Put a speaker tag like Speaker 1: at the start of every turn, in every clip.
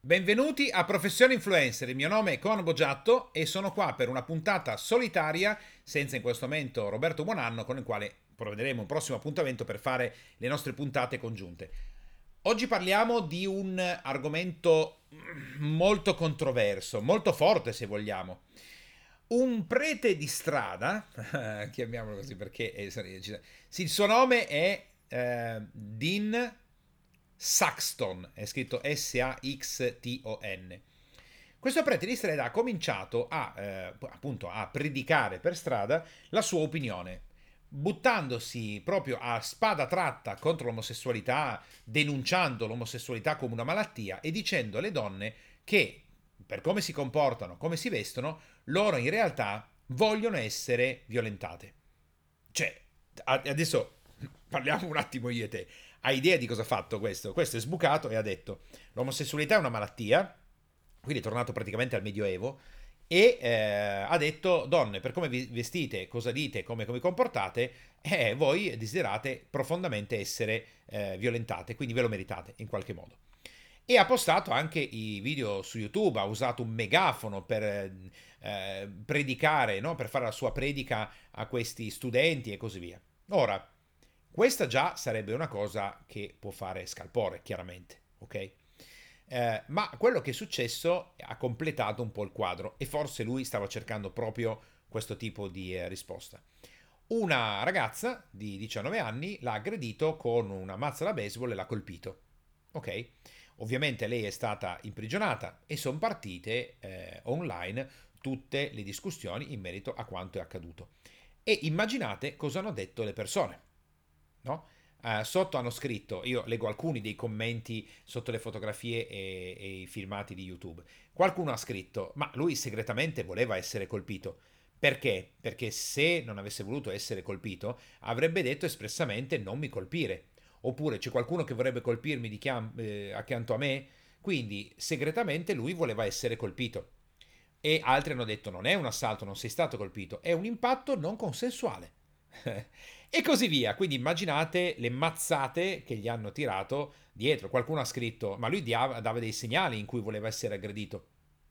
Speaker 1: Benvenuti a Professione Influencer, il mio nome è Con Boggiatto e sono qua per una puntata solitaria, senza in questo momento Roberto Buonanno, con il quale provvederemo un prossimo appuntamento per fare le nostre puntate congiunte. Oggi parliamo di un argomento molto controverso, molto forte se vogliamo. Un prete di strada, chiamiamolo così perché sì, il suo nome è Dean Saxton, è scritto Saxton. Questo prete di strada ha cominciato appunto a predicare per strada la sua opinione, buttandosi proprio a spada tratta contro l'omosessualità, denunciando l'omosessualità come una malattia e dicendo alle donne che, per come si comportano, come si vestono, loro in realtà vogliono essere violentate. Cioè, adesso parliamo un attimo io e te. Hai idea di cosa ha fatto questo? Questo è sbucato e ha detto: l'omosessualità è una malattia, quindi è tornato praticamente al Medioevo, e ha detto: donne, per come vi vestite, cosa dite, come vi comportate, voi desiderate profondamente essere violentate, quindi ve lo meritate in qualche modo. E ha postato anche i video su YouTube, ha usato un megafono per predicare, no? Per fare la sua predica a questi studenti e così via. Ora, questa già sarebbe una cosa che può fare scalpore, chiaramente, ok? Ma quello che è successo ha completato un po' il quadro e forse lui stava cercando proprio questo tipo di risposta. Una ragazza di 19 anni l'ha aggredito con una mazza da baseball e l'ha colpito. Ok? Ovviamente lei è stata imprigionata e sono partite online tutte le discussioni in merito a quanto è accaduto. E immaginate cosa hanno detto le persone, no? Sotto hanno scritto, io leggo alcuni dei commenti sotto le fotografie e i filmati di YouTube. Qualcuno ha scritto: ma lui segretamente voleva essere colpito. Perché? Perché se non avesse voluto essere colpito, avrebbe detto espressamente non mi colpire. Oppure c'è qualcuno che vorrebbe colpirmi accanto a me, quindi segretamente lui voleva essere colpito. E altri hanno detto non è un assalto, non sei stato colpito, è un impatto non consensuale. E così via. Quindi immaginate le mazzate che gli hanno tirato dietro. Qualcuno ha scritto, ma lui dava dei segnali in cui voleva essere aggredito.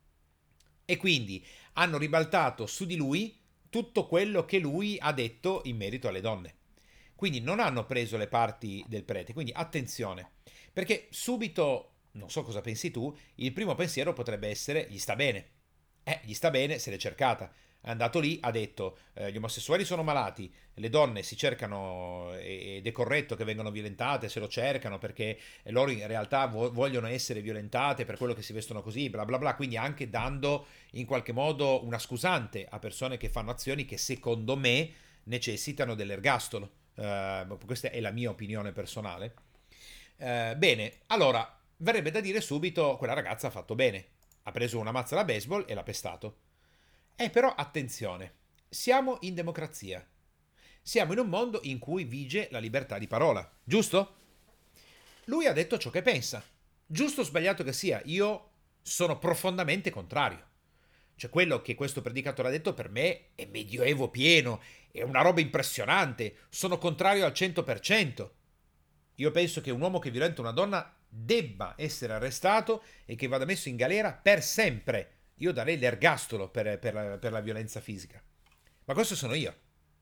Speaker 1: E quindi hanno ribaltato su di lui tutto quello che lui ha detto in merito alle donne. Quindi non hanno preso le parti del prete. Quindi attenzione, perché subito, non so cosa pensi tu, il primo pensiero potrebbe essere gli sta bene. Gli sta bene, se l'è cercata. È andato lì, ha detto gli omosessuali sono malati, le donne si cercano ed è corretto che vengano violentate, se lo cercano perché loro in realtà vogliono essere violentate per quello che si vestono così, bla bla bla, quindi anche dando in qualche modo una scusante a persone che fanno azioni che secondo me necessitano dell'ergastolo. Questa è la mia opinione personale. Bene, allora verrebbe da dire subito quella ragazza ha fatto bene. Ha preso una mazza da baseball e l'ha pestato. Però attenzione, siamo in democrazia. Siamo in un mondo in cui vige la libertà di parola, giusto? Lui ha detto ciò che pensa. Giusto o sbagliato che sia, io sono profondamente contrario. Cioè, quello che questo predicatore ha detto per me è medioevo pieno, è una roba impressionante. Sono contrario al 100%. Io penso che un uomo che violenta una donna debba essere arrestato e che vada messo in galera per sempre. Io darei l'ergastolo per la violenza fisica. Ma questo sono io.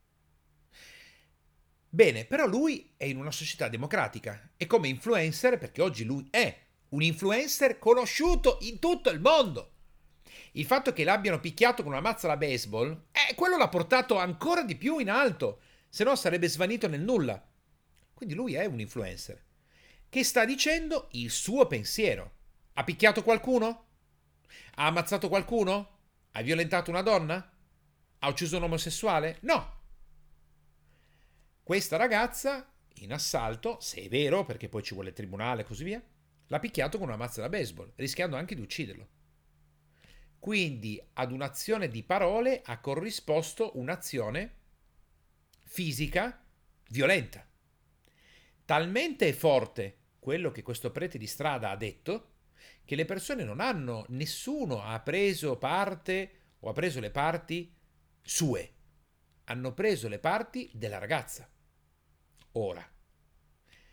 Speaker 1: Bene, però lui è in una società democratica e come influencer, perché oggi lui è un influencer conosciuto in tutto il mondo. Il fatto che l'abbiano picchiato con una mazza da baseball, quello l'ha portato ancora di più in alto, se no sarebbe svanito nel nulla. Quindi lui è un influencer che sta dicendo il suo pensiero. Ha picchiato qualcuno? Ha ammazzato qualcuno? Ha violentato una donna? Ha ucciso un omosessuale? No. Questa ragazza, in assalto, se è vero, perché poi ci vuole il tribunale e così via, l'ha picchiato con una mazza da baseball, rischiando anche di ucciderlo. Quindi ad un'azione di parole ha corrisposto un'azione fisica violenta. Talmente è forte quello che questo prete di strada ha detto che le persone non hanno, nessuno ha preso parte o ha preso le parti sue, hanno preso le parti della ragazza. Ora,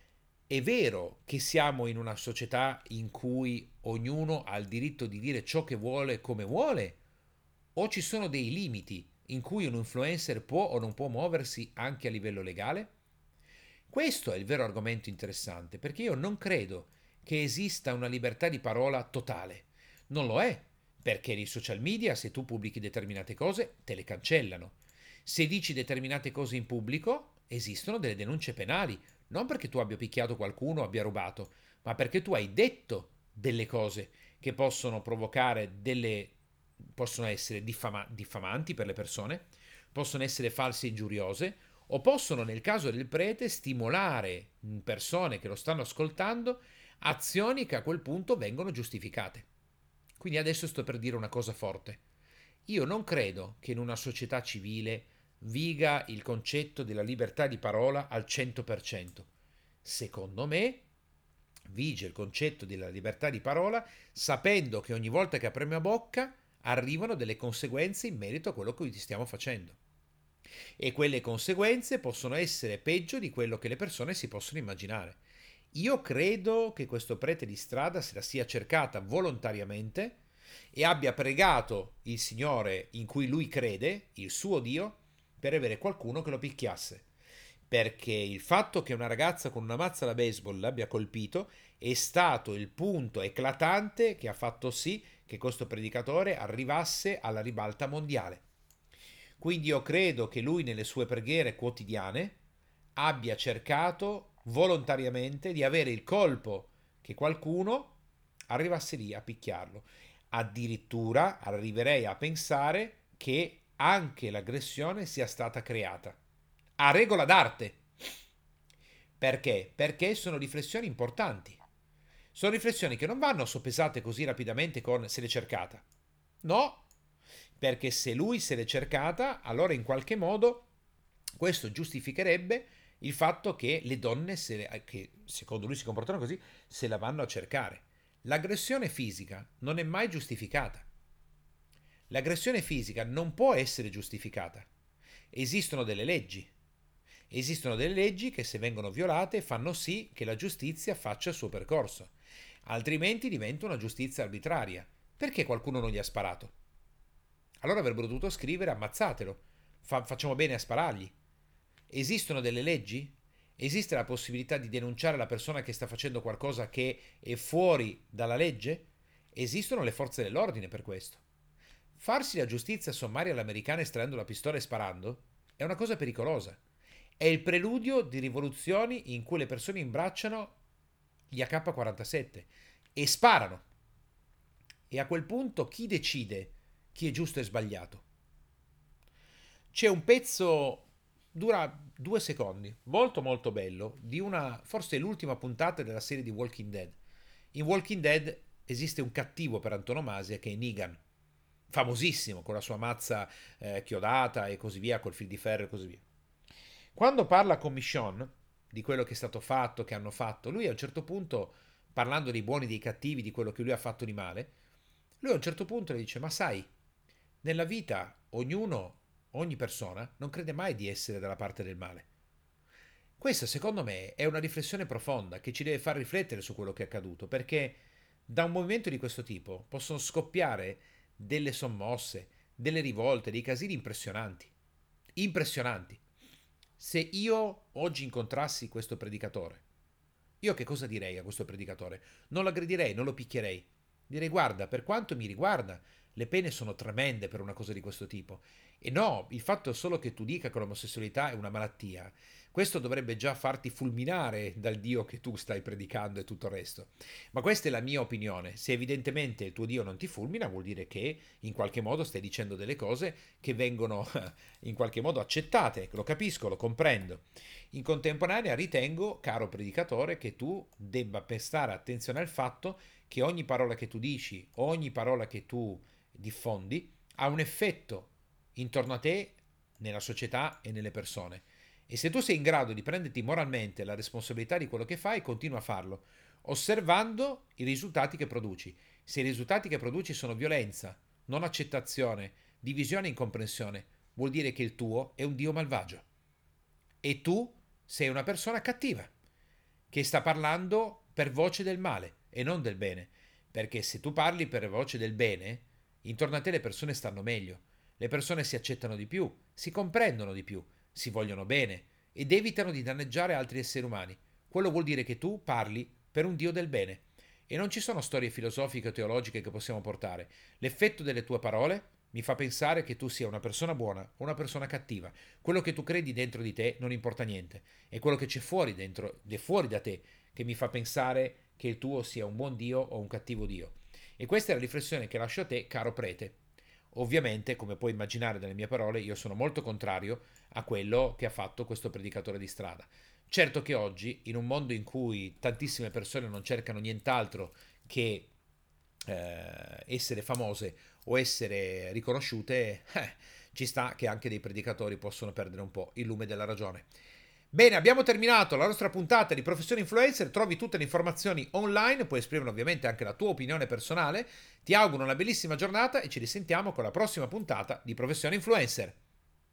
Speaker 1: È vero che siamo in una società in cui ognuno ha il diritto di dire ciò che vuole e come vuole, o ci sono dei limiti in cui un influencer può o non può muoversi anche a livello legale? Questo è il vero argomento interessante, perché io non credo che esista una libertà di parola totale. Non lo è, perché nei social media se tu pubblichi determinate cose te le cancellano. Se dici determinate cose in pubblico esistono delle denunce penali, non perché tu abbia picchiato qualcuno o abbia rubato, ma perché tu hai detto delle cose che possono provocare delle possono essere diffamanti per le persone, possono essere false e ingiuriose o possono, nel caso del prete, stimolare persone che lo stanno ascoltando azioni che a quel punto vengono giustificate. Quindi adesso sto per dire una cosa forte. Io non credo che in una società civile viga il concetto della libertà di parola al 100%. Secondo me vige il concetto della libertà di parola sapendo che ogni volta che apriamo bocca arrivano delle conseguenze in merito a quello che ti stiamo facendo. E quelle conseguenze possono essere peggio di quello che le persone si possono immaginare. Io credo che questo prete di strada se la sia cercata volontariamente e abbia pregato il Signore in cui lui crede, il suo Dio, per avere qualcuno che lo picchiasse. Perché il fatto che una ragazza con una mazza da baseball l'abbia colpito è stato il punto eclatante che ha fatto sì che questo predicatore arrivasse alla ribalta mondiale. Quindi io credo che lui nelle sue preghiere quotidiane abbia cercato volontariamente di avere il colpo che qualcuno arrivasse lì a picchiarlo. Addirittura arriverei a pensare che anche l'aggressione sia stata creata a regola d'arte. Perché? Perché sono riflessioni importanti. Sono riflessioni che non vanno soppesate così rapidamente con se l'è cercata. No, perché se lui se l'è cercata, allora in qualche modo questo giustificherebbe il fatto che le donne, che secondo lui si comportano così, se la vanno a cercare. L'aggressione fisica non è mai giustificata. L'aggressione fisica non può essere giustificata. Esistono delle leggi. Esistono delle leggi che se vengono violate fanno sì che la giustizia faccia il suo percorso. Altrimenti diventa una giustizia arbitraria. Perché qualcuno non gli ha sparato? Allora avrebbero dovuto scrivere ammazzatelo. Facciamo bene a sparargli. Esistono delle leggi? Esiste la possibilità di denunciare la persona che sta facendo qualcosa che è fuori dalla legge? Esistono le forze dell'ordine per questo. Farsi la giustizia sommaria all'americana estraendo la pistola e sparando è una cosa pericolosa. È il preludio di rivoluzioni in cui le persone imbracciano gli AK-47 e sparano. E a quel punto chi decide chi è giusto e sbagliato? C'è un pezzo, dura 2 secondi, molto molto bello, di una, forse l'ultima puntata della serie di Walking Dead. In Walking Dead esiste un cattivo per antonomasia che è Negan, famosissimo con la sua mazza chiodata e così via, col fil di ferro e così via. Quando parla con Michonne di quello che è stato fatto, che hanno fatto, lui a un certo punto, parlando dei buoni e dei cattivi, di quello che lui ha fatto di male, lui a un certo punto le dice, ma sai, nella vita ognuno, ogni persona, non crede mai di essere dalla parte del male. Questa, secondo me, è una riflessione profonda che ci deve far riflettere su quello che è accaduto, perché da un movimento di questo tipo possono scoppiare delle sommosse, delle rivolte, dei casini impressionanti. Impressionanti. Se io oggi incontrassi questo predicatore, io che cosa direi a questo predicatore? Non lo aggredirei, non lo picchierei. Direi, guarda, per quanto mi riguarda, le pene sono tremende per una cosa di questo tipo. E no, il fatto solo che tu dica che l'omosessualità è una malattia, questo dovrebbe già farti fulminare dal Dio che tu stai predicando e tutto il resto. Ma questa è la mia opinione. Se evidentemente il tuo Dio non ti fulmina, vuol dire che in qualche modo stai dicendo delle cose che vengono in qualche modo accettate. Lo capisco, lo comprendo. In contemporanea ritengo, caro predicatore, che tu debba prestare attenzione al fatto che ogni parola che tu dici, ogni parola che tu diffondi, ha un effetto intorno a te, nella società e nelle persone. E se tu sei in grado di prenderti moralmente la responsabilità di quello che fai, continua a farlo, osservando i risultati che produci. Se i risultati che produci sono violenza, non accettazione, divisione e incomprensione, vuol dire che il tuo è un Dio malvagio. E tu sei una persona cattiva. che sta parlando per voce del male e non del bene. Perché se tu parli per voce del bene, intorno a te le persone stanno meglio, le persone si accettano di più, si comprendono di più, si vogliono bene ed evitano di danneggiare altri esseri umani. Quello vuol dire che tu parli per un Dio del bene. E non ci sono storie filosofiche o teologiche che possiamo portare. L'effetto delle tue parole mi fa pensare che tu sia una persona buona o una persona cattiva. Quello che tu credi dentro di te non importa niente. È quello che c'è fuori dentro, fuori da te, che mi fa pensare che il tuo sia un buon Dio o un cattivo Dio. E questa è la riflessione che lascio a te, caro prete. Ovviamente, come puoi immaginare dalle mie parole, io sono molto contrario a quello che ha fatto questo predicatore di strada. Certo che oggi, in un mondo in cui tantissime persone non cercano nient'altro che essere famose o essere riconosciute, ci sta che anche dei predicatori possono perdere un po' il lume della ragione. Bene, abbiamo terminato la nostra puntata di Professione Influencer, trovi tutte le informazioni online, puoi esprimere ovviamente anche la tua opinione personale. Ti auguro una bellissima giornata e ci risentiamo con la prossima puntata di Professione Influencer.